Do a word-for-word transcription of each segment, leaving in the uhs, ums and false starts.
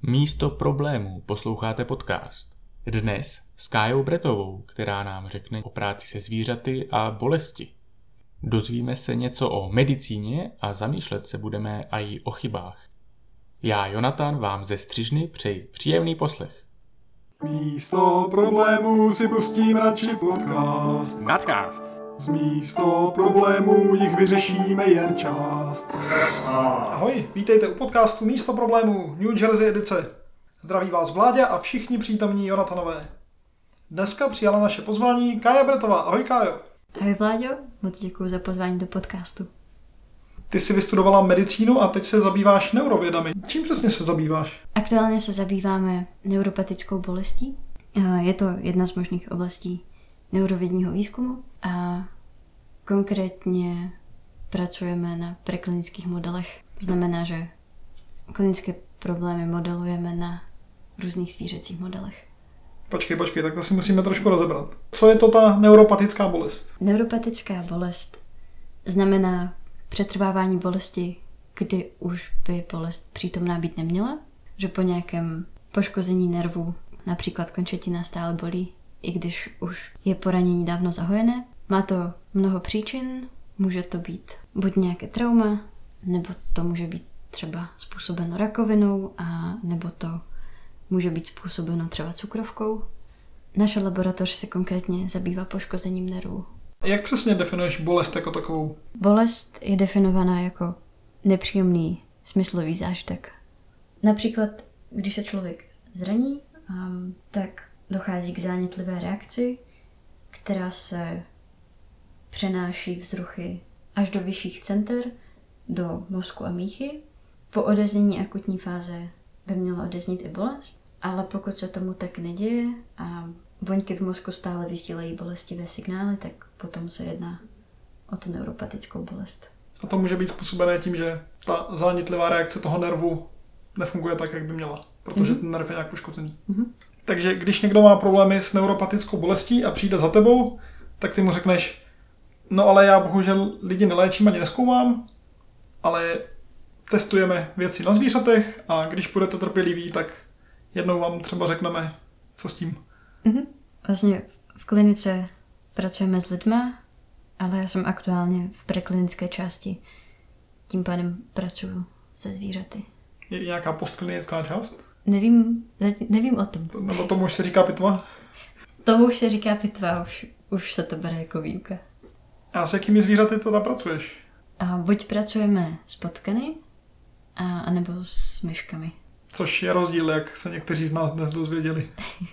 Místo problémů posloucháte podcast. Dnes s Kájou Bretovou, která nám řekne o práci se zvířaty a bolesti. Dozvíme se něco o medicíně a zamýšlet se budeme i o chybách. Já, Jonatan, vám ze Střižny přeji příjemný poslech. Místo problémů si pustím radši podcast. Nadcast. Z místo problémů jich vyřešíme jen část. Ahoj, vítejte u podcastu Místo problémů New Jersey edice. Zdraví vás Vláďa a všichni přítomní Jonatanové. Dneska přijala naše pozvání Kája Bretová. Ahoj Kájo. Ahoj Vláďo, moc děkuji za pozvání do podcastu. Ty jsi vystudovala medicínu a teď se zabýváš neurovědami. Čím přesně se zabýváš? Aktuálně se zabýváme neuropatickou bolestí. Je to jedna z možných oblastí neurovědního výzkumu a konkrétně pracujeme na preklinických modelech. Znamená, že klinické problémy modelujeme na různých zvířecích modelech. Počkej, počkej, tak to si musíme trošku rozebrat. Co je to ta neuropatická bolest? Neuropatická bolest znamená přetrvávání bolesti, kdy už by bolest přítomná být neměla, že po nějakém poškození nervu, například končetina stále bolí, i když už je poranění dávno zahojené. Má to mnoho příčin, může to být buď nějaké trauma, nebo to může být třeba způsobeno rakovinou, a nebo to může být způsobeno třeba cukrovkou. Naše laboratoř se konkrétně zabývá poškozením nervů. Jak přesně definuješ bolest jako takovou? Bolest je definovaná jako nepříjemný smyslový zážitek. Například, když se člověk zraní, um, tak dochází k zánětlivé reakci, která se přenáší vzruchy až do vyšších center, do mozku a míchy. Po odeznění akutní fáze by měla odeznít i bolest, ale pokud se tomu tak neděje a buňky v mozku stále vysílají bolestivé signály, tak potom se jedná o tu neuropatickou bolest. A to může být způsobené tím, že ta zánětlivá reakce toho nervu nefunguje tak, jak by měla, protože mm-hmm. ten nerv je nějak poškozený. Mm-hmm. Takže když někdo má problémy s neuropatickou bolestí a přijde za tebou, tak ty mu řekneš, no ale já bohužel lidi neléčím ani nezkoumám, ale testujeme věci na zvířatech a když budete trpěliví, tak jednou vám třeba řekneme, co s tím. Mm-hmm. Vlastně v klinice pracujeme s lidma, ale já jsem aktuálně v preklinické části, tím pádem pracuju se zvířaty. Je nějaká postklinická část? Nevím, nevím o tom. Nebo tomu už se říká pitva? Tomu už se říká pitva, už, už se to bere jako výuka. A s jakými zvířaty teda pracuješ? A buď pracujeme s potkany, a, a nebo s myškami. Což je rozdíl, jak se někteří z nás dnes dozvěděli.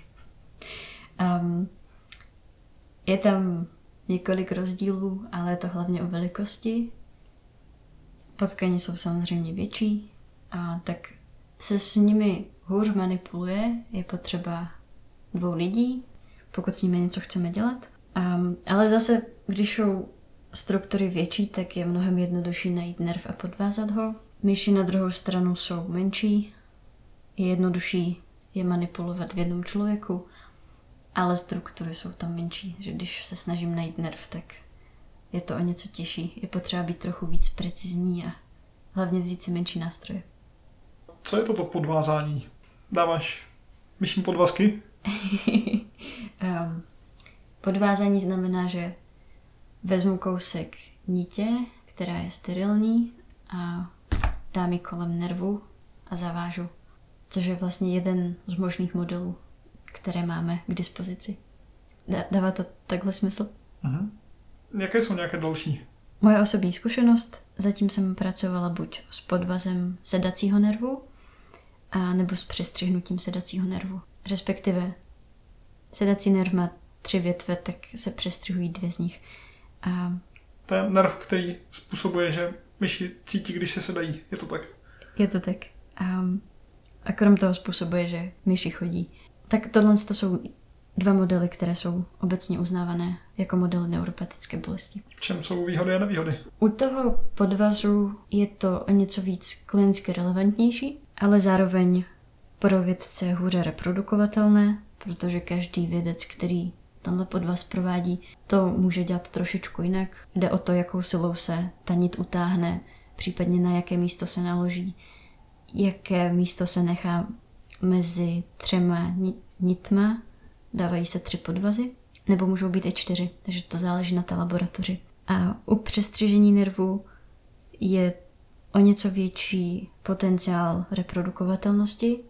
um, je tam několik rozdílů, ale je to hlavně o velikosti. Potkani jsou samozřejmě větší, a tak se s nimi hůř manipuluje, je potřeba dvou lidí, pokud s nimi něco chceme dělat. Um, ale zase, když jsou struktury větší, tak je mnohem jednodušší najít nerv a podvázat ho. Myši na druhou stranu jsou menší, je jednodušší je manipulovat v jednom člověku, ale struktury jsou tam menší, že když se snažím najít nerv, tak je to o něco těžší. Je potřeba být trochu víc precizní a hlavně vzít si menší nástroje. Co je toto podvázání? Dáváš myším podvazky? um, podvázání znamená, že vezmu kousek nitě, která je sterilní, a dám ji kolem nervu a zavážu. Což je vlastně jeden z možných modelů, které máme k dispozici. Dává to takhle smysl? Uh-huh. Jaké jsou nějaké další? Moje osobní zkušenost, zatím jsem pracovala buď s podvazem sedacího nervu, a nebo s přestřihnutím sedacího nervu. Respektive sedací nerv má tři větve, tak se přestřihují dvě z nich. A to je nerv, který způsobuje, že myši cítí, když se sedají. Je to tak? Je to tak. A, a krom toho způsobuje, že myši chodí. Tak tohle to jsou dva modely, které jsou obecně uznávané jako modely neuropatické bolesti. V čem jsou výhody a nevýhody? U toho podvazu je to o něco víc klinicky relevantnější, ale zároveň pro vědce hůře reprodukovatelné, protože každý vědec, který tenhle podvaz provádí, to může dělat trošičku jinak. Jde o to, jakou silou se ta nit utáhne, případně na jaké místo se naloží, jaké místo se nechá mezi třema nitma, dávají se tři podvazy, nebo můžou být i čtyři, takže to záleží na té laboratoři. A u přestřižení nervu je o něco větší potenciál reprodukovatelnosti.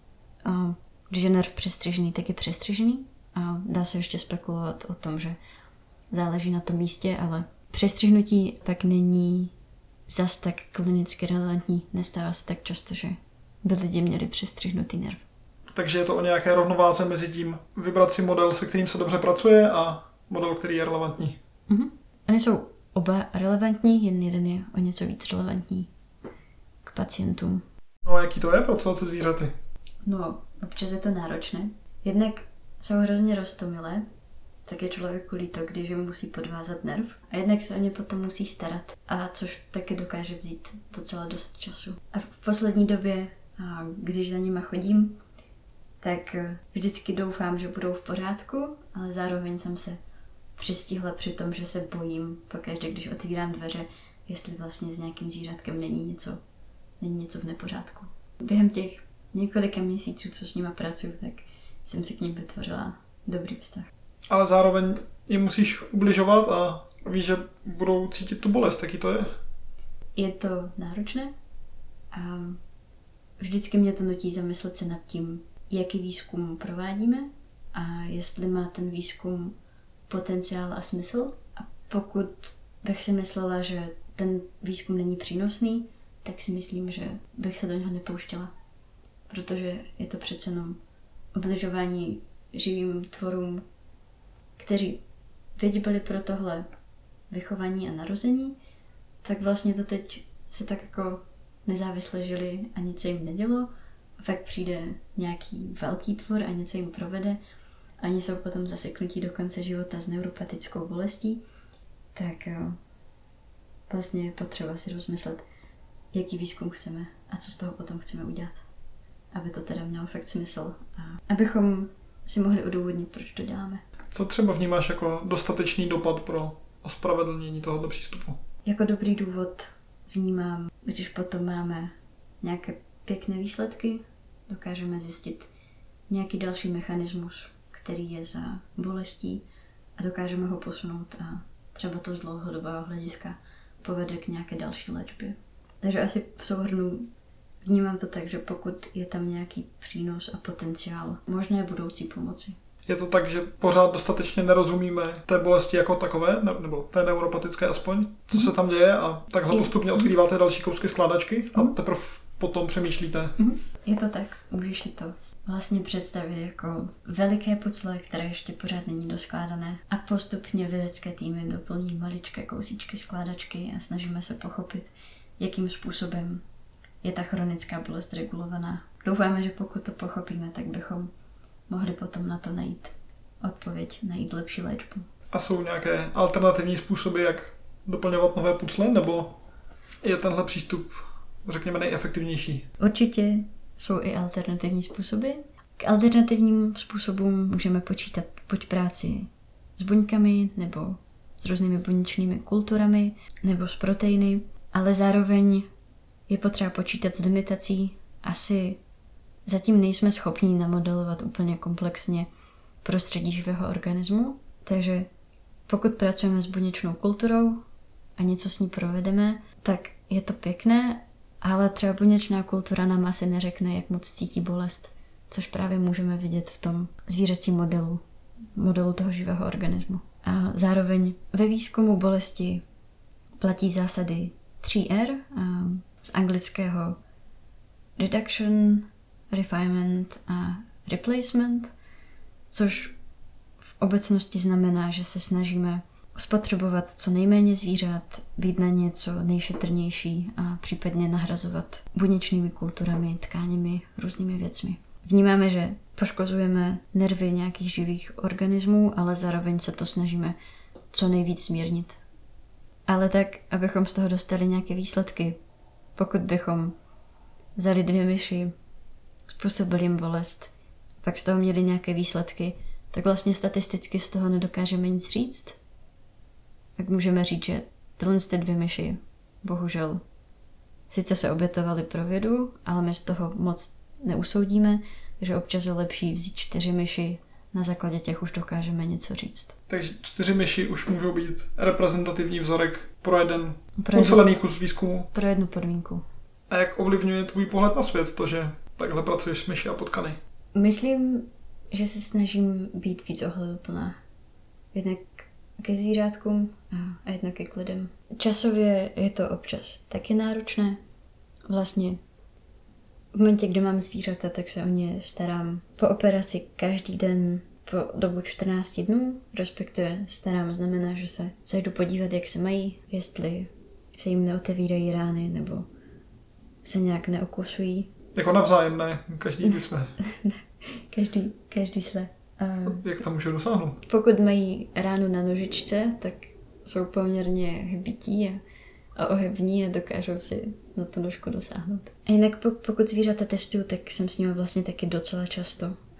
A když je nerv přestřižený, tak je přestřižený. A dá se ještě spekulovat o tom, že záleží na tom místě, ale přestřihnutí pak není zas tak klinicky relevantní. Nestává se tak často, že by lidi měli přestřihnutý nerv. Takže je to o nějaké rovnováze mezi tím vybrat si model, se kterým se dobře pracuje, a model, který je relevantní. Mhm. Oni jsou oba relevantní, jen jeden je o něco víc relevantní k pacientům. No a jaký to je pracovat se zvířaty? No, občas je to náročné. Jednak jsou hrozně roztomilé, tak je člověku líto, když jim musí podvázat nerv, a jednak se o ně potom musí starat, a což taky dokáže vzít docela dost času. A v poslední době, když za nima chodím, tak vždycky doufám, že budou v pořádku, ale zároveň jsem se přistihla při tom, že se bojím pokaždé, když otvírám dveře, jestli vlastně s nějakým zvířátkem není něco, není něco v nepořádku. Během těch několika měsíců, co s nima pracuji, tak jsem si k ním vytvořila dobrý vztah. Ale zároveň jim musíš ubližovat a víš, že budou cítit tu bolest, taky to je? Je to náročné a vždycky mě to nutí zamyslet se nad tím, jaký výzkum provádíme a jestli má ten výzkum potenciál a smysl. A pokud bych si myslela, že ten výzkum není přínosný, tak si myslím, že bych se do něho nepouštěla. Protože je to přece jenom ubližování živým tvorům, kteří věď byli pro tohle vychování a narození, tak vlastně to teď se tak jako nezávisle žili a nic se jim nedělo. A fakt přijde nějaký velký tvor a něco jim provede. A oni jsou potom zaseknutí do konce života s neuropatickou bolestí. Tak jo, vlastně je potřeba si rozmyslet, jaký výzkum chceme a co z toho potom chceme udělat. Aby to teda mělo fakt smysl. A abychom si mohli odůvodnit, proč to děláme. Co třeba vnímáš jako dostatečný dopad pro ospravedlnění tohoto přístupu? Jako dobrý důvod vnímám, když potom máme nějaké pěkné výsledky, dokážeme zjistit nějaký další mechanismus, který je za bolestí, a dokážeme ho posunout a třeba to z dlouhodobého hlediska povede k nějaké další léčbě. Takže asi v souhrnu vnímám to tak, že pokud je tam nějaký přínos a potenciál možné budoucí pomoci. Je to tak, že pořád dostatečně nerozumíme té bolesti jako takové, nebo té neuropatické aspoň, co se tam děje, a takhle postupně odkrýváte další kousky skládačky a teprve potom přemýšlíte. Je to tak, můžeš si to vlastně představit jako veliké pucle, které ještě pořád není doskládané, a postupně vědecké týmy doplní maličké kousíčky skládačky a snažíme se pochopit, jakým způsobem je ta chronická bolest regulovaná. Doufáme, že pokud to pochopíme, tak bychom mohli potom na to najít odpověď, najít lepší léčbu. A jsou nějaké alternativní způsoby, jak doplňovat nové pucle, nebo je tenhle přístup, řekněme, nejefektivnější? Určitě jsou i alternativní způsoby. K alternativním způsobům můžeme počítat buď práci s buňkami, nebo s různými buněčnými kulturami, nebo s proteiny, ale zároveň je potřeba počítat s limitací. Asi zatím nejsme schopni namodelovat úplně komplexně prostředí živého organismu, takže pokud pracujeme s buněčnou kulturou a něco s ní provedeme, tak je to pěkné, ale třeba buněčná kultura nám asi neřekne, jak moc cítí bolest, což právě můžeme vidět v tom zvířecím modelu, modelu toho živého organismu. A zároveň ve výzkumu bolesti platí zásady tři R, z anglického reduction, refinement a replacement, což v obecnosti znamená, že se snažíme spotřebovat co nejméně zvířat, být na ně co nejšetrnější a případně nahrazovat buněčnými kulturami, tkáněmi, různými věcmi. Vnímáme, že poškozujeme nervy nějakých živých organismů, ale zároveň se to snažíme co nejvíc zmírnit. Ale tak, abychom z toho dostali nějaké výsledky, pokud bychom vzali dvě myši, způsobili jim bolest, pak z toho měli nějaké výsledky, tak vlastně statisticky z toho nedokážeme nic říct. Tak můžeme říct, že tyhle ty dvě myši, bohužel, sice se obětovaly pro vědu, ale my z toho moc neusoudíme, že občas je lepší vzít čtyři myši, na základě těch už dokážeme něco říct. Takže čtyři myši už můžou být reprezentativní vzorek pro jeden pro ucelený kus výzkumu. Pro jednu podmínku. A jak ovlivňuje tvůj pohled na svět to, že takhle pracuješ s myši a potkany? Myslím, že se snažím být víc ohleduplná. Jednak ke zvířátkům a jednak k lidem. Časově je to občas taky náročné. Vlastně v momentě, kdy mám zvířata, tak se o ně starám po operaci každý den po dobu čtrnáct dnů, respektive starám znamená, že se zajdu podívat, jak se mají, jestli se jim neotevírají rány nebo se nějak neokusují. Jako navzájem, ne? Každý by jsme. každý, každý své. A jak to může dosáhnout? pokud mají ránu na nožičce, tak jsou poměrně hbití a, a ohební a dokážou si na tu nožku dosáhnout. A jinak pokud zvířata testuju, tak jsem s nimi vlastně taky docela často. A,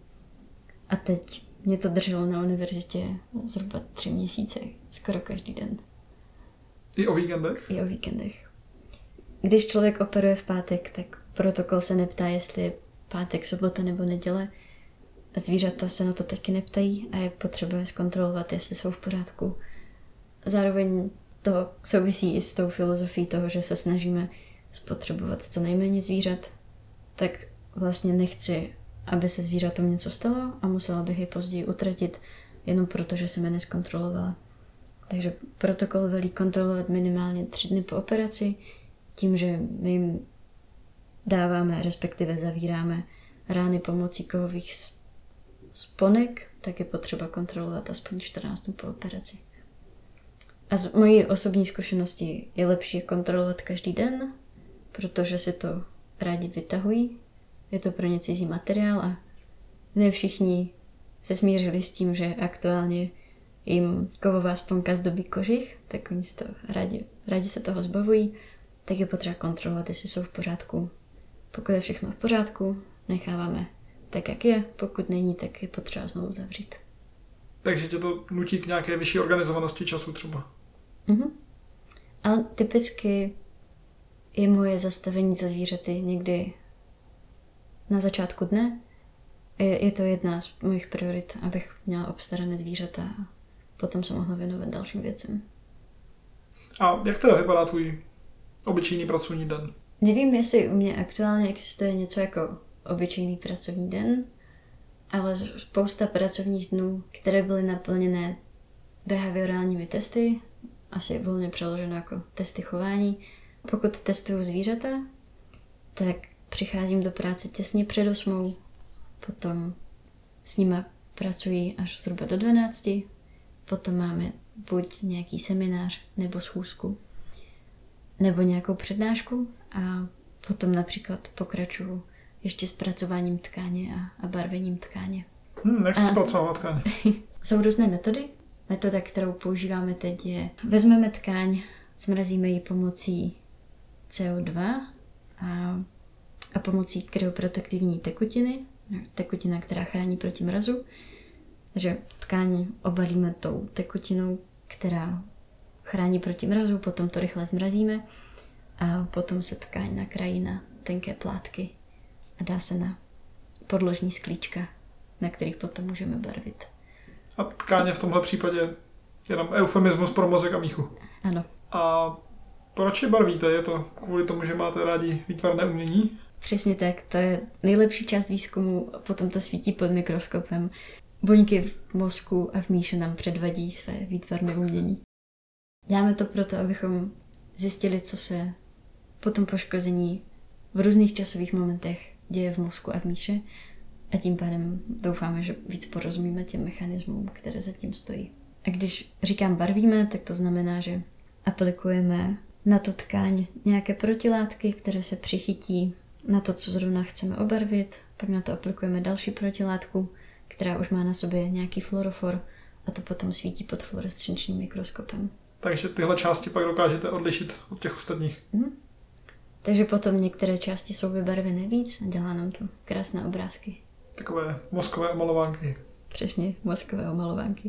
a teď mě to drželo na univerzitě zhruba tři měsíce, skoro každý den. I o víkendech? I o víkendech. Když člověk operuje v pátek, tak protokol se neptá, jestli je pátek, sobota nebo neděle. Zvířata se na to taky neptají a je potřeba je zkontrolovat, jestli jsou v pořádku. Zároveň to souvisí i s tou filozofií toho, že se snažíme spotřebovat co nejméně zvířat, tak vlastně nechci, aby se zvířatům něco stalo a musela bych je později utratit jenom proto, že jsem je neskontrolovala. Takže protokol velí kontrolovat minimálně tři dny po operaci, tím, že my jim dáváme, respektive zavíráme rány pomocí kovových sponek, tak je potřeba kontrolovat aspoň čtrnáct dnů po operaci. A z mojí osobní zkušenosti je lepší je kontrolovat každý den, protože si to rádi vytahují. Je to pro ně cizí materiál a ne všichni se smířili s tím, že aktuálně jim kovová sponka zdobí kožich, tak oni to rádi, rádi se toho zbavují, tak je potřeba kontrolovat, jestli jsou v pořádku. Pokud je všechno v pořádku, necháváme tak, jak je, pokud není, tak je potřeba znovu zavřít. Takže tě to nutí k nějaké vyšší organizovanosti času třeba? Mhm. Ale typicky je moje zastavení za zvířaty někdy na začátku dne. Je, je to jedna z mojich priorit, abych měla obstarané zvířata a potom se mohla věnovat dalším věcem. A jak teda vypadá tvůj obyčejný pracovní den? Nevím, jestli u mě aktuálně existuje něco jako obyčejný pracovní den, ale spousta pracovních dnů, které byly naplněné behaviorálními testy, asi volně přeloženo jako testy chování. Pokud testuju zvířata, tak přicházím do práce těsně před osmou, potom s nima pracuji až zhruba do dvanácti, potom máme buď nějaký seminář nebo schůzku, nebo nějakou přednášku a potom například pokračuju ještě zpracováním tkáně a, a barvením tkáně. Hmm, jak se zpracovává tkáně? Jsou různé metody. Metoda, kterou používáme teď je, vezmeme tkáň, zmrazíme ji pomocí C O dva a, a pomocí kryoprotektivní tekutiny, tekutina, která chrání proti mrazu. Takže tkáň obalíme tou tekutinou, která chrání proti mrazu, potom to rychle zmrazíme a potom se tkáň nakrájí na tenké plátky a dá se na podložní sklíčka, na kterých potom můžeme barvit. A tkáně v tomhle případě jenom eufemismus pro mozek a míchu. Ano. A proč je barvíte? Je to kvůli tomu, že máte rádi výtvarné umění? Přesně tak, to je nejlepší část výzkumu, potom to svítí pod mikroskopem. Buňky v mozku a v míše nám předvadí své výtvarné umění. Děláme to proto, abychom zjistili, co se po tom poškození v různých časových momentech děje v mozku a v míše a tím pádem doufáme, že víc porozumíme těm mechanismům, které zatím stojí. A když říkám barvíme, tak to znamená, že aplikujeme na tu tkáň nějaké protilátky, které se přichytí na to, co zrovna chceme obarvit, pak na to aplikujeme další protilátku, která už má na sobě nějaký fluorofor a to potom svítí pod fluorescenčním mikroskopem. Takže tyhle části pak dokážete odlišit od těch ostatních. Mhm. Takže potom některé části jsou vybarvené víc a dělá nám to krásné obrázky. Takové mozkové omalovánky. Přesně, mozkové omalovánky.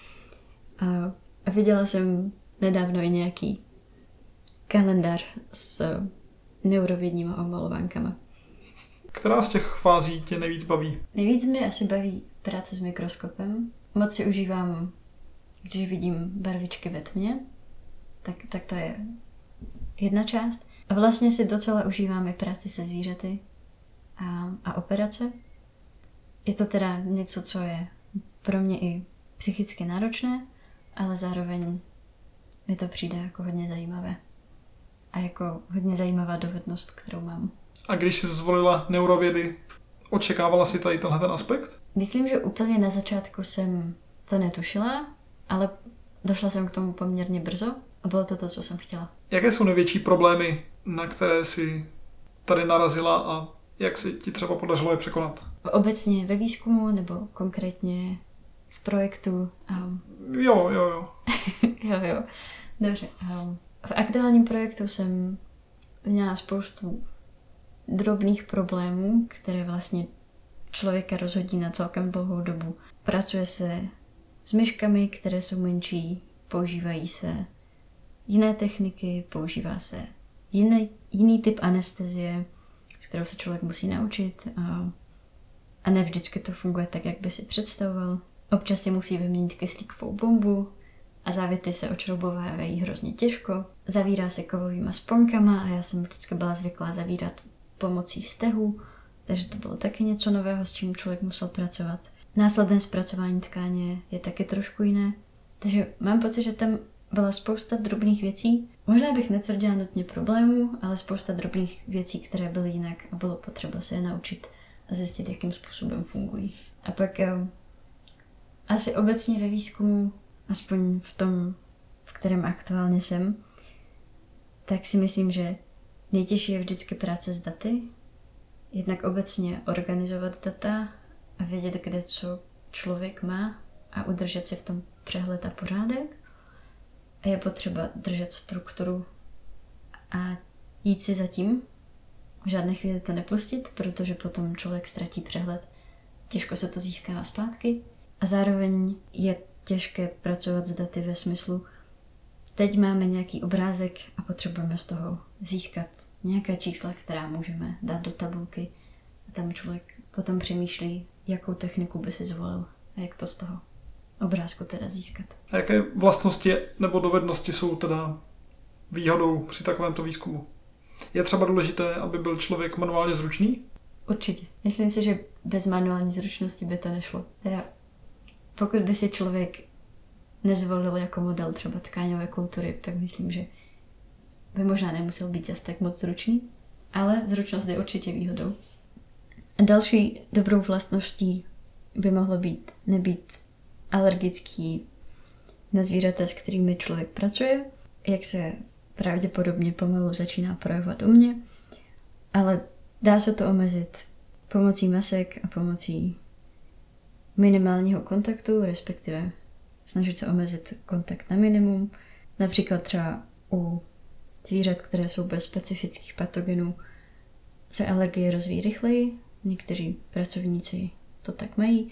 A, a viděla jsem nedávno i nějaký kalendář s neurovědníma omalovánkama. Která z těch fází tě nejvíc baví? Nejvíc mě asi baví práce s mikroskopem. Moc si užívám, když vidím barvičky ve tmě, tak, tak to je jedna část. A vlastně si docela užívám i práci se zvířaty a, a operace. Je to teda něco, co je pro mě i psychicky náročné, ale zároveň mi to přijde jako hodně zajímavé. A jako hodně zajímavá dovednost, kterou mám. A když jsi zvolila neurovědy, očekávala si tady tenhle ten aspekt? Myslím, že úplně na začátku jsem to netušila, ale došla jsem k tomu poměrně brzo a bylo to to, co jsem chtěla. Jaké jsou největší problémy, na které jsi tady narazila a jak se ti třeba podařilo je překonat? Obecně ve výzkumu nebo konkrétně v projektu? Um... Jo, jo, jo. jo, jo. Dobře. Um... V aktuálním projektu jsem měla spoustu drobných problémů, které vlastně člověka rozhodí na celkem dlouhou dobu. Pracuje se s myškami, které jsou menší, používají se jiné techniky, používá se jiný, jiný typ anestezie, s kterou se člověk musí naučit a, a ne vždycky to funguje tak, jak by si představoval. Občas si musí vyměnit kyslíkovou bombu a závěty se očroubovávají hrozně těžko. Zavírá se kovovýma sponkama a já jsem vždycky byla zvyklá zavírat pomocí stehu, takže to bylo taky něco nového, s čím člověk musel pracovat. Následné zpracování tkáně je taky trošku jiné, takže mám pocit, že tam byla spousta drobných věcí. Možná bych netvrdila nutně problémů, ale spousta drobných věcí, které byly jinak a bylo potřeba se je naučit a zjistit, jakým způsobem fungují. A pak um, asi obecně ve výzkumu, aspoň v tom, v kterém aktuálně jsem, tak si myslím, že nejtěžší je vždycky práce s daty. Jednak obecně organizovat data a vědět, kde co člověk má a udržet si v tom přehled a pořádek. A je potřeba držet strukturu a jít si za tím. V žádné chvíli to nepustit, protože potom člověk ztratí přehled. Těžko se to získává zpátky. A zároveň je těžké pracovat s daty ve smyslu, teď máme nějaký obrázek a potřebujeme z toho získat nějaká čísla, která můžeme dát do tabulky. A tam člověk potom přemýšlí, jakou techniku by si zvolil a jak to z toho obrázku teda získat. A jaké vlastnosti nebo dovednosti jsou teda výhodou při takovémto výzkumu? Je třeba důležité, aby byl člověk manuálně zručný? Určitě. Myslím si, že bez manuální zručnosti by to nešlo. Teda pokud by si člověk nezvolil jako model třeba tkáňové kultury, tak myslím, že by možná nemusel být zase tak moc zručný, ale zručnost je určitě výhodou. A další dobrou vlastností by mohlo být nebýt alergický na zvířata, s kterými člověk pracuje, jak se pravděpodobně pomalu začíná projevovat u mě, ale dá se to omezit pomocí masek a pomocí minimálního kontaktu, respektive snažit se omezit kontakt na minimum. Například třeba u zvířat, které jsou bez specifických patogenů, se alergie rozvíjí rychleji. Někteří pracovníci to tak mají,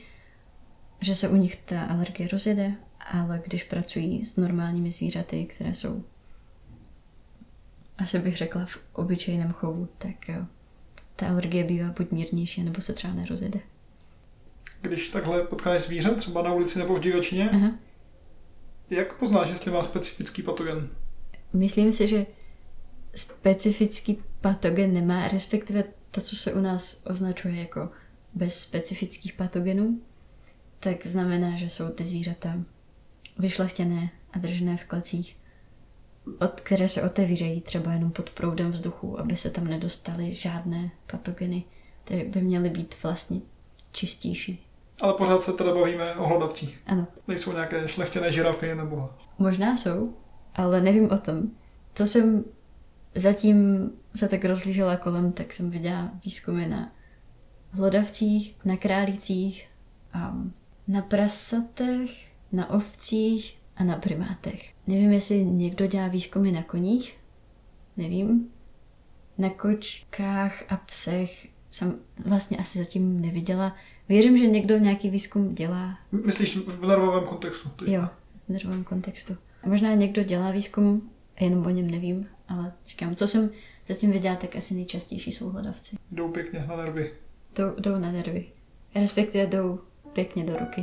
že se u nich ta alergie rozjede, ale když pracují s normálními zvířaty, které jsou, asi bych řekla, v obyčejném chovu, tak jo, ta alergie bývá buď mírnější, nebo se třeba nerozjede. Když takhle potkáš zvíře, třeba na ulici nebo v divočině, Aha. jak poznáš, jestli má specifický patogen? Myslím si, že specifický patogen nemá, respektive to, co se u nás označuje jako bez specifických patogenů, tak znamená, že jsou ty zvířata vyšlechtěné a držené v klecích, od které se otevírají třeba jenom pod proudem vzduchu, aby se tam nedostaly žádné patogeny, které by měly být vlastně čistější. Ale pořád se teda bavíme o hlodavcích. Ano. Nejsou nějaké šlechtěné žirafy nebo... Možná jsou, ale nevím o tom. Co jsem zatím se tak rozlížela kolem, tak jsem viděla výzkumy na hlodavcích, na králících, um, na prasatech, na ovcích a na primátech. Nevím, jestli někdo dělá výzkumy na koních, nevím. Na kočkách a psech jsem vlastně asi zatím neviděla. Věřím, že někdo nějaký výzkum dělá. Myslíš v nervovém kontextu? Ty. Jo, v nervovém kontextu. A možná někdo dělá výzkum, jenom o něm nevím, ale říkám, co jsem Zatím viděla tak asi nejčastější jsou hlodavci. Jdou pěkně na nervy. Jdou, jdou na nervy. Respektive jdou pěkně do ruky.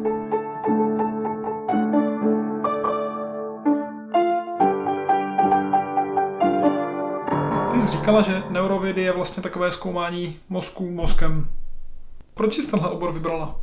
Ty jsi říkala, že neurovědy je vlastně takové zkoumání mozku mozkem. Proč jsi tenhle obor vybrala?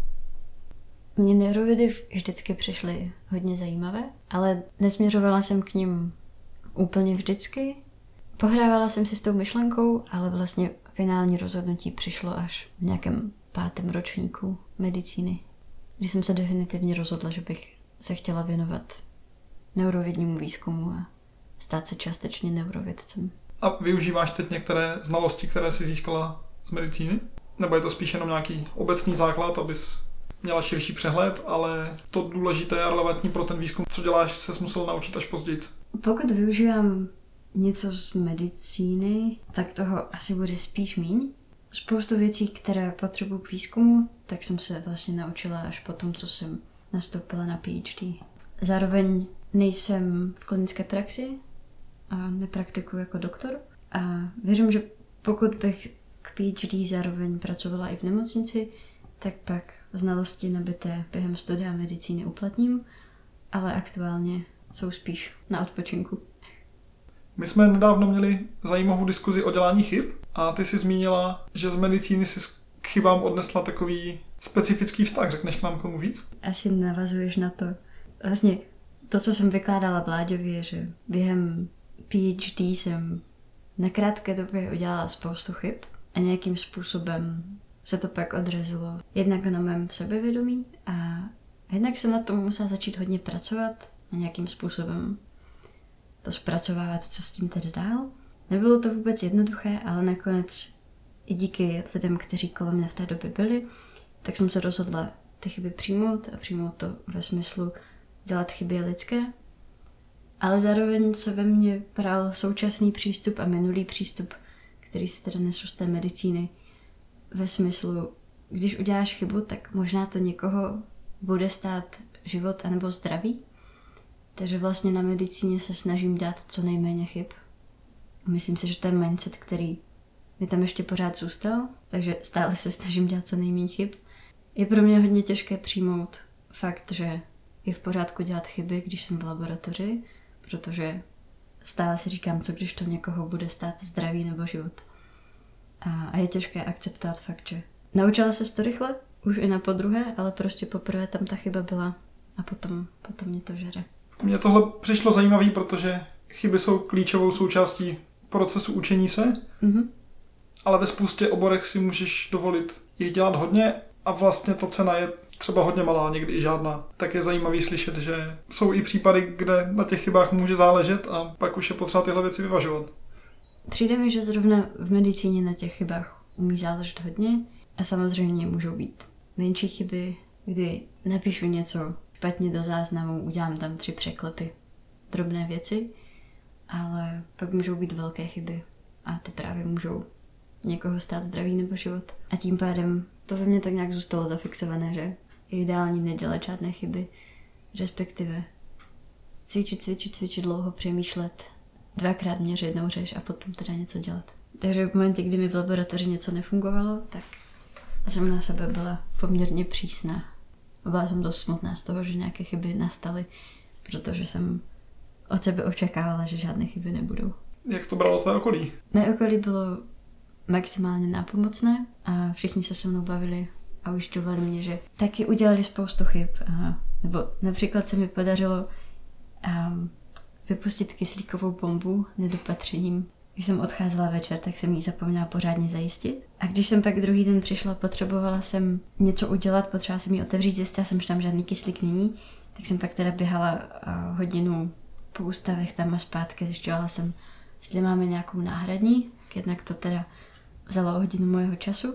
Mně neurovědy vždycky přišly hodně zajímavé, ale nesměřovala jsem k nim úplně vždycky. Pohrávala jsem si s tou myšlenkou, ale vlastně finální rozhodnutí přišlo až v nějakém pátém ročníku medicíny, kdy jsem se definitivně rozhodla, že bych se chtěla věnovat neurovědnímu výzkumu a stát se částečně neurovědcem. A využíváš teď některé znalosti, které jsi získala z medicíny? Nebo je to spíš jenom nějaký obecný základ, abys měla širší přehled, ale to důležité a relevantní pro ten výzkum, co děláš, ses musel naučit až později? Pokud využívám něco z medicíny, tak toho asi bude spíš míň. Spoustu věcí, které potřebuji k výzkumu, tak jsem se vlastně naučila až po tom, co jsem nastoupila na PhD. Zároveň nejsem v klinické praxi a nepraktikuji jako doktor. A věřím, že pokud bych k PhD zároveň pracovala i v nemocnici, tak pak znalosti nabité během studia medicíny uplatním, ale aktuálně jsou spíš na odpočinku. My jsme nedávno měli zajímavou diskuzi o dělání chyb a ty jsi zmínila, že z medicíny jsi k chybám odnesla takový specifický vztah. Řekneš k nám k tomu víc? Asi navazuješ na to. Vlastně to, co jsem vykládala Vláďově, že během PhD jsem na krátké době udělala spoustu chyb a nějakým způsobem se to pak odrazilo jednak na mém sebevědomí a jednak jsem na tom musela začít hodně pracovat a nějakým způsobem to zpracovávat, co s tím tedy dál. Nebylo to vůbec jednoduché, ale nakonec i díky lidem, kteří kolem mě v té době byli, tak jsem se rozhodla ty chyby přijmout a přijmout to ve smyslu dělat chyby lidské. Ale zároveň se ve mně bral současný přístup a minulý přístup, který si teda nesu z té medicíny, ve smyslu, když uděláš chybu, tak možná to někoho bude stát život anebo zdraví. Takže vlastně na medicíně se snažím dát co nejméně chyb. Myslím si, že to je mindset, který mi tam ještě pořád zůstal, takže stále se snažím dělat co nejméně chyb. Je pro mě hodně těžké přijmout fakt, že je v pořádku dělat chyby, když jsem v laboratoři, protože stále si říkám, co když to někoho bude stát zdraví nebo život. A, a je těžké akceptovat fakt, že naučila se to rychle, už i na podruhé, ale prostě poprvé tam ta chyba byla a potom, potom mě to žere. Mně tohle přišlo zajímavé, protože chyby jsou klíčovou součástí procesu učení se, mm-hmm. ale ve spoustě oborech si můžeš dovolit jich dělat hodně a vlastně ta cena je třeba hodně malá, někdy i žádná. Tak je zajímavý slyšet, že jsou i případy, kde na těch chybách může záležet a pak už je potřeba tyhle věci vyvažovat. Přijde mi, že zrovna v medicíně na těch chybách umí záležet hodně a samozřejmě můžou být menší chyby, kdy napíšu něco špatně do záznamu, udělám tam tři překlepy, drobné věci, ale pak můžou být velké chyby a ty právě můžou někoho stát zdraví nebo život. A tím pádem to ve mně tak nějak zůstalo zafixované, že je ideální nedělat žádné chyby, respektive cvičit, cvičit, cvičit dlouho, přemýšlet, dvakrát měřit, jednou řeš a potom teda něco dělat. Takže v momentě, kdy mi v laboratoři něco nefungovalo, tak jsem na sebe byla poměrně přísná. Byla jsem dost smutná z toho, že nějaké chyby nastaly, protože jsem od sebe očekávala, že žádné chyby nebudou. Jak to bralo tvé okolí? Mé okolí bylo maximálně nápomocné a všichni se se mnou bavili a ujišťovali mě, že taky udělali spoustu chyb. Aha. Nebo například se mi podařilo um, vypustit kyslíkovou bombu nedopatřením. Když jsem odcházela večer, tak jsem ji zapomněla pořádně zajistit. A když jsem pak druhý den přišla, potřebovala jsem něco udělat, potřebovala jsem ji otevřít, zjistila jsem, že tam žádný kyslík není, tak jsem pak teda běhala uh, hodinu po ústavech tam a zpátky, zjišťovala jsem, jestli máme nějakou náhradní, jednak to teda vzalo hodinu mojeho času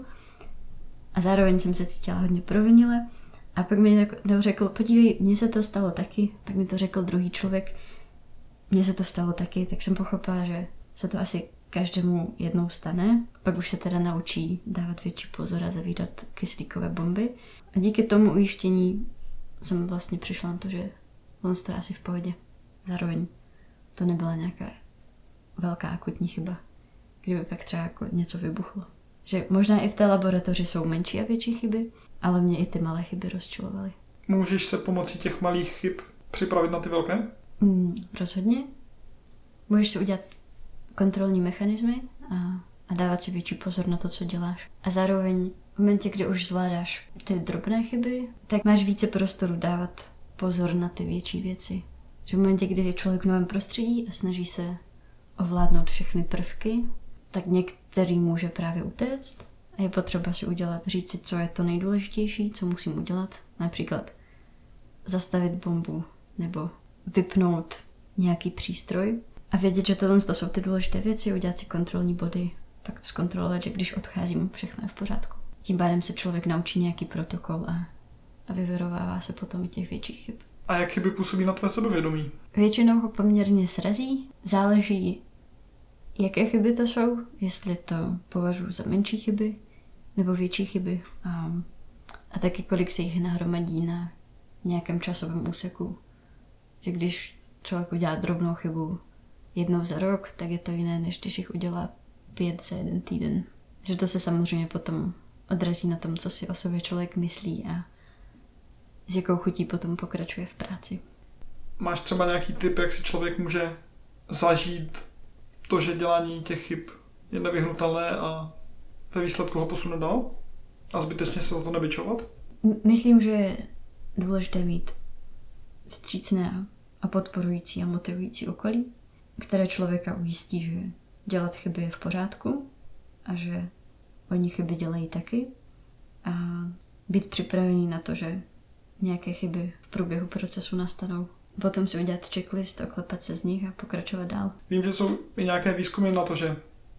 a zároveň jsem se cítila hodně provinile a pak mi někdo řekl, podívej, mně se to stalo taky, pak mi to řekl druhý člověk, mně se to stalo taky, tak jsem pochopila, že se to asi každému jednou stane, pak už se teda naučí dávat větší pozor a zavírat kyslíkové bomby a díky tomu ujištění jsem vlastně přišla na to, že on to je asi v pohodě. Zároveň to nebyla nějaká velká akutní chyba. kdyby pak třeba jako něco vybuchlo. Že možná i v té laboratoři jsou menší a větší chyby, ale mě i ty malé chyby rozčilovaly. Můžeš se pomocí těch malých chyb připravit na ty velké? Mm, rozhodně. Můžeš si udělat kontrolní mechanismy a, a dávat si větší pozor na to, co děláš. A zároveň v momentě, kdy už zvládáš ty drobné chyby, tak máš více prostoru dávat pozor na ty větší věci. Že v momentě, kdy je člověk v novém prostředí a snaží se ovládnout všechny prvky, tak některý může právě utéct a je potřeba si udělat, říct si, co je to nejdůležitější, co musím udělat. Například zastavit bombu nebo vypnout nějaký přístroj a vědět, že tohle to jsou ty důležité věci, udělat si kontrolní body, tak zkontrolovat, že když odcházím, všechno je v pořádku. Tím pádem se člověk naučí nějaký protokol a, a vyvarovává se potom i těch větších chyb. A jak chyby působí na tvé sebevědomí? Většinou ho poměrně srazí, záleží, jaké chyby to jsou, jestli to považuji za menší chyby nebo větší chyby a, a taky kolik se jich nahromadí na nějakém časovém úseku. Že když člověk udělá drobnou chybu jednou za rok, tak je to jiné, než když jich udělá pět za jeden týden. Že to se samozřejmě potom odrazí na tom, co si o sobě člověk myslí a s jakou chutí potom pokračuje v práci. Máš třeba nějaký tip, jak si člověk může zažít to, že dělání těch chyb je nevyhnutelné a ve výsledku ho posune dál? A zbytečně se za to nebičovat? Myslím, že je důležité mít vstřícné a podporující a motivující okolí, které člověka ujistí, že dělat chyby je v pořádku a že oni chyby dělají taky a být připravený na to, že nějaké chyby v průběhu procesu nastanou. Potom si udělat checklist, oklepat se z nich a pokračovat dál. Vím, že jsou i nějaké výzkumy na to, že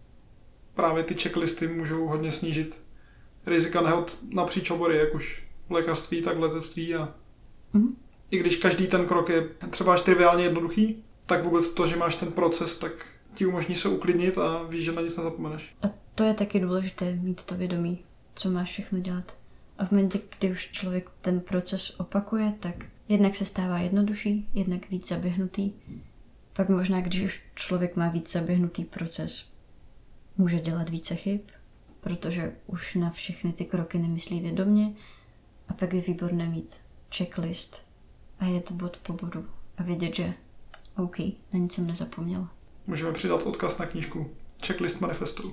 právě ty checklisty můžou hodně snížit rizika nehod napříč obory, jak už v lékařství, tak v letectví. A mm. i když každý ten krok je třeba až triviálně jednoduchý, tak vůbec to, že máš ten proces, tak ti umožní se uklidnit a víš, že na nic nezapomeneš. A to je taky důležité, mít to vědomí, co máš všechno dělat. A v momentě, kdy už člověk ten proces opakuje, tak jednak se stává jednodušší, jednak víc zaběhnutý. Pak možná, když už člověk má víc zaběhnutý proces, může dělat více chyb, protože už na všechny ty kroky nemyslí vědomě. A pak je výborné mít checklist a jet bod po bodu a vědět, že OK, na nic jsem nezapomněla. Můžeme přidat odkaz na knížku Checklist manifestu.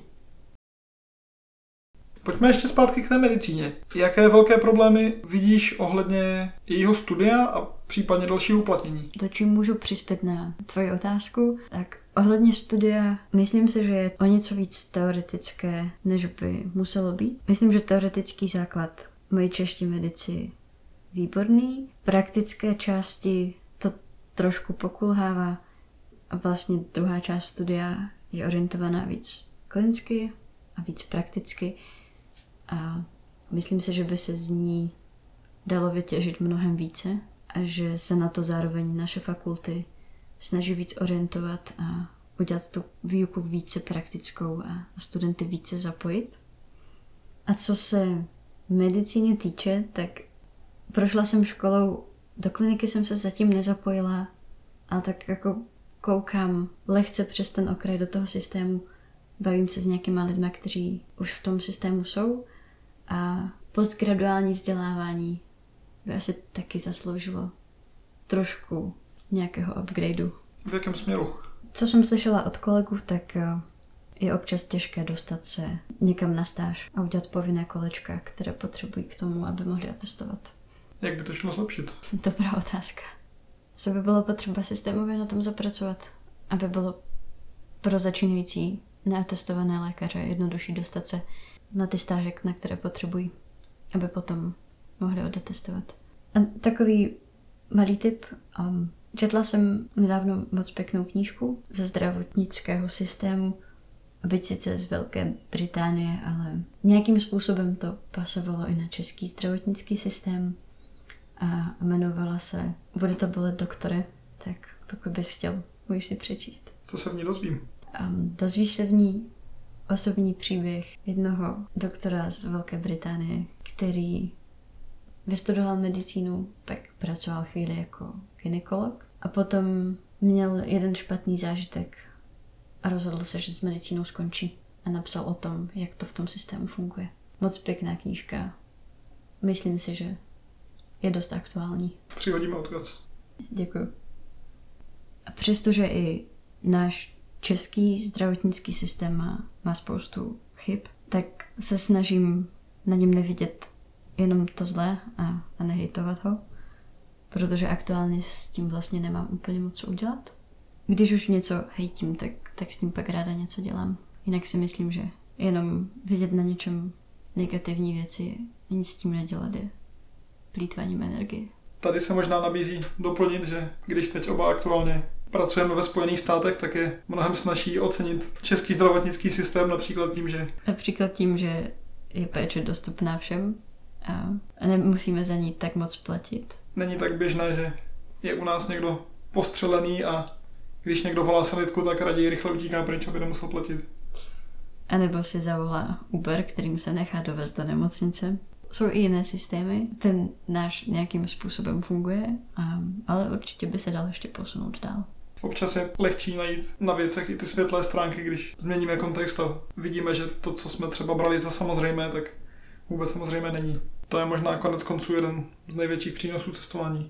Pojďme ještě zpátky k té medicíně. Jaké velké problémy vidíš ohledně jejího studia a případně dalšího uplatnění? To, čím můžu přispět na tvoji otázku, tak ohledně studia, myslím si, že je o něco víc teoretické, než by muselo být. Myslím, že teoretický základ mojí čeští medici výborný. Praktické části to trošku pokulhává a vlastně druhá část studia je orientovaná víc klinicky a víc prakticky. A myslím si, že by se z ní dalo vytěžit mnohem více a že se na to zároveň naše fakulty snaží víc orientovat a udělat tu výuku více praktickou a studenty více zapojit. A co se medicíny týče, tak prošla jsem školou, do kliniky jsem se zatím nezapojila, ale tak jako koukám lehce přes ten okraj do toho systému, bavím se s nějakýma lidma, kteří už v tom systému jsou a postgraduální vzdělávání by asi taky zasloužilo trošku nějakého upgradeu. V jakém směru? Co jsem slyšela od kolegů, tak je občas těžké dostat se někam na stáž a udělat povinné kolečka, které potřebují k tomu, aby mohli atestovat. Jak by to šlo zlepšit? Dobrá otázka. Co by bylo potřeba systémově na tom zapracovat, aby bylo pro začínající neatestované lékaře jednodušší dostat se na ty stáže, na které potřebují, aby potom mohli odetestovat. A takový malý tip. Um, četla jsem nedávno moc pěknou knížku ze zdravotnického systému, byť sice z Velké Británie, ale nějakým způsobem to pasovalo i na český zdravotnický systém a jmenovala se Bude to bolet, doktore, tak pokud bys chtěl, můžeš si přečíst. Co se v ní dozvím? Um, dozvíš se v ní osobní příběh jednoho doktora z Velké Británie, který vystudoval medicínu, pak pracoval chvíli jako gynekolog a potom měl jeden špatný zážitek a rozhodl se, že s medicínou skončí. a napsal o tom, jak to v tom systému funguje. Moc pěkná knížka. Myslím si, že je dost aktuální. Přihodíme odkaz. Děkuju. A přestože i náš český zdravotnický systém má, má spoustu chyb, tak se snažím na něm nevidět jenom to zlé a, a nehejtovat ho, protože aktuálně s tím vlastně nemám úplně moc co udělat. Když už něco hejtím, tak, tak s tím pak ráda něco dělám. Jinak si myslím, že jenom vidět na něčem negativní věci a nic s tím nedělat je plýtváním energie. Tady se možná nabízí doplnit, že když teď oba aktuálně pracujeme ve Spojených státech, tak je mnohem snazší ocenit český zdravotnický systém například tím, že... Například tím, že je péče dostupná všem a nemusíme za ní tak moc platit. Není tak běžné, že je u nás někdo postřelený a když někdo volá sanitku, tak raději rychle utíká pryč, aby nemusel platit. A nebo si zavolá Uber, kterým se nechá dovést do nemocnice. Jsou i jiné systémy, ten náš nějakým způsobem funguje, a, ale určitě by se dal ještě posunout dál. Občas je lehčí najít na věcech i ty světlé stránky, když změníme kontext a vidíme, že to, co jsme třeba brali za samozřejmé, tak vůbec samozřejmé není. To je možná konec konců jeden z největších přínosů cestování.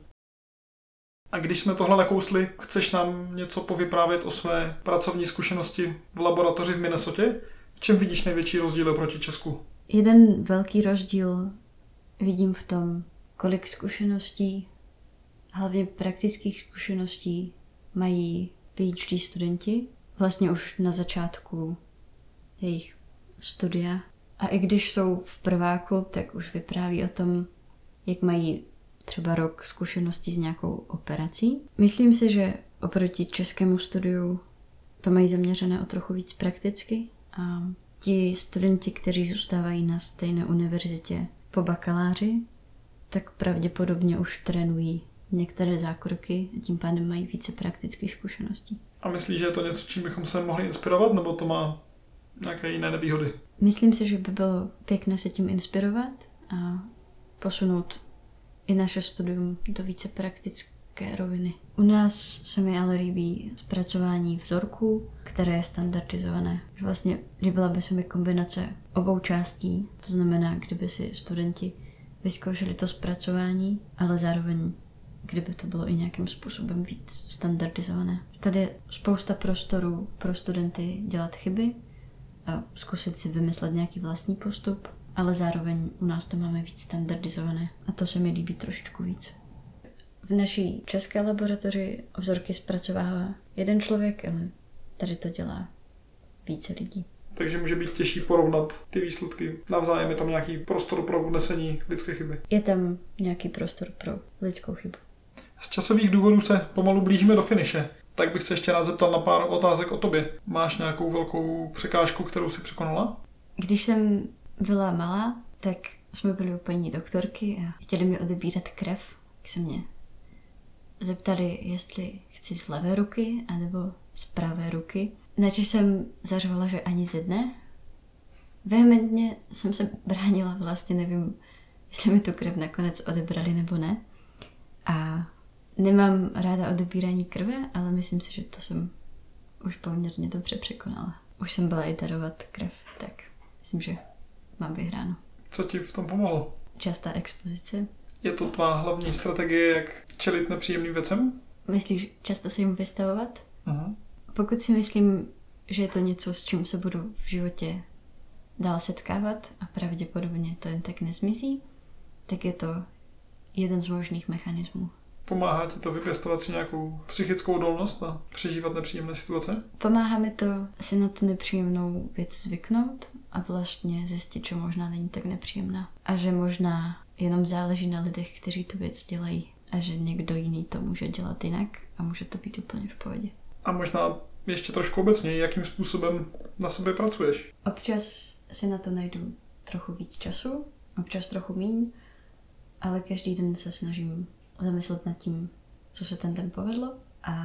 A když jsme tohle nakousli, chceš nám něco povyprávět o své pracovní zkušenosti v laboratoři v Minnesotě? V čem vidíš největší rozdíl proti Česku? Jeden velký rozdíl vidím v tom, kolik zkušeností, hlavně praktických zkušeností, mají PhD studenti, vlastně už na začátku jejich studia. A i když jsou v prváku, tak už vypráví o tom, jak mají třeba rok zkušeností s nějakou operací. Myslím si, že oproti českému studiu to mají zaměřené o trochu víc prakticky. A ti studenti, kteří zůstávají na stejné univerzitě po bakaláři, tak pravděpodobně už trénují některé zákroky a tím pádem mají více praktických zkušeností. A myslíš, že je to něco, čím bychom se mohli inspirovat, nebo to má nějaké jiné nevýhody? Myslím si, že by bylo pěkné se tím inspirovat a posunout i naše studium do více praktické roviny. U nás se mi ale líbí zpracování vzorků, které je standardizované. Vlastně líbila by se mi kombinace obou částí, to znamená, kdyby si studenti vyzkoušeli to zpracování, ale zároveň kdyby to bylo i nějakým způsobem víc standardizované. Tady je spousta prostoru pro studenty dělat chyby a zkusit si vymyslet nějaký vlastní postup, ale zároveň u nás to máme víc standardizované a to se mi líbí trošičku víc. V naší české laboratoři vzorky zpracovává jeden člověk, ale tady to dělá více lidí. Takže může být těžší porovnat ty výsledky. Navzájem je tam nějaký prostor pro vnesení lidské chyby. Je tam nějaký prostor pro lidskou chybu. Z časových důvodů se pomalu blížíme do finiše. Tak bych se ještě rád zeptal na pár otázek o tobě. Máš nějakou velkou překážku, kterou jsi překonala? Když jsem byla malá, tak jsme byli u paní doktorky a chtěli mi odebírat krev. Tak se mě zeptali, jestli chci z levé ruky anebo z pravé ruky. Načež jsem zařvala, že ani ze dne. Vehementně jsem se bránila, vlastně nevím, jestli mi tu krev nakonec odebrali nebo ne. A nemám ráda odebírání krve, ale myslím si, že to jsem už poměrně dobře překonala. Už jsem byla i darovat krev, tak myslím, že mám vyhráno. Co ti v tom pomohlo? Častá expozice. Je to tvá hlavní strategie, jak čelit nepříjemným věcem? Myslíš, často se jim vystavovat? Uh-huh. Pokud si myslím, že je to něco, s čím se budu v životě dál setkávat a pravděpodobně to jen tak nezmizí, tak je to jeden z možných mechanismů. Pomáhá ti to vypěstovat si nějakou psychickou odolnost a přežívat nepříjemné situace? Pomáhá mi to si na tu nepříjemnou věc zvyknout a vlastně zjistit, že možná není tak nepříjemná. A že možná jenom záleží na lidech, kteří tu věc dělají. A že někdo jiný to může dělat jinak a může to být úplně v pohodě. A možná ještě trošku obecně, jakým způsobem na sobě pracuješ? Občas si na to najdu trochu víc času, občas trochu míň, ale každý den se snažím zamyslet nad tím, co se ten den povedlo a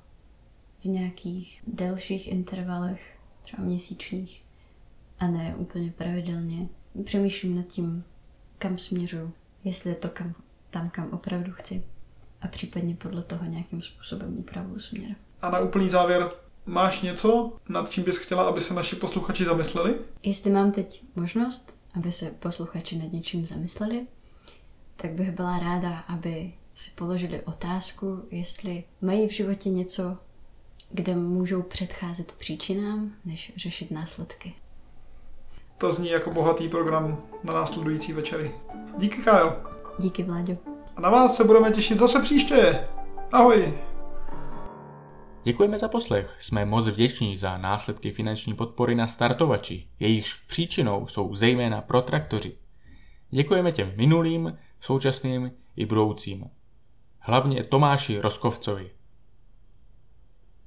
v nějakých delších intervalech, třeba měsíčních a ne úplně pravidelně, přemýšlím nad tím, kam směřuju, jestli je to kam, tam, kam opravdu chci a případně podle toho nějakým způsobem upravuju směr. A na úplný závěr, máš něco, nad čím bys chtěla, aby se naši posluchači zamysleli? Jestli mám teď možnost, aby se posluchači nad něčím zamysleli, tak bych byla ráda, aby si položili otázku, jestli mají v životě něco, kde můžou předcházet příčinám, než řešit následky. To zní jako bohatý program na následující večery. Díky, Kájo. Díky, Vláďo. A na vás se budeme těšit zase příště. Ahoj. Děkujeme za poslech. Jsme moc vděční za následky finanční podpory na startovači. Jejichž příčinou jsou zejména protraktoři. Děkujeme těm minulým, současným i budoucím. Hlavně Tomáši Roskovcovi.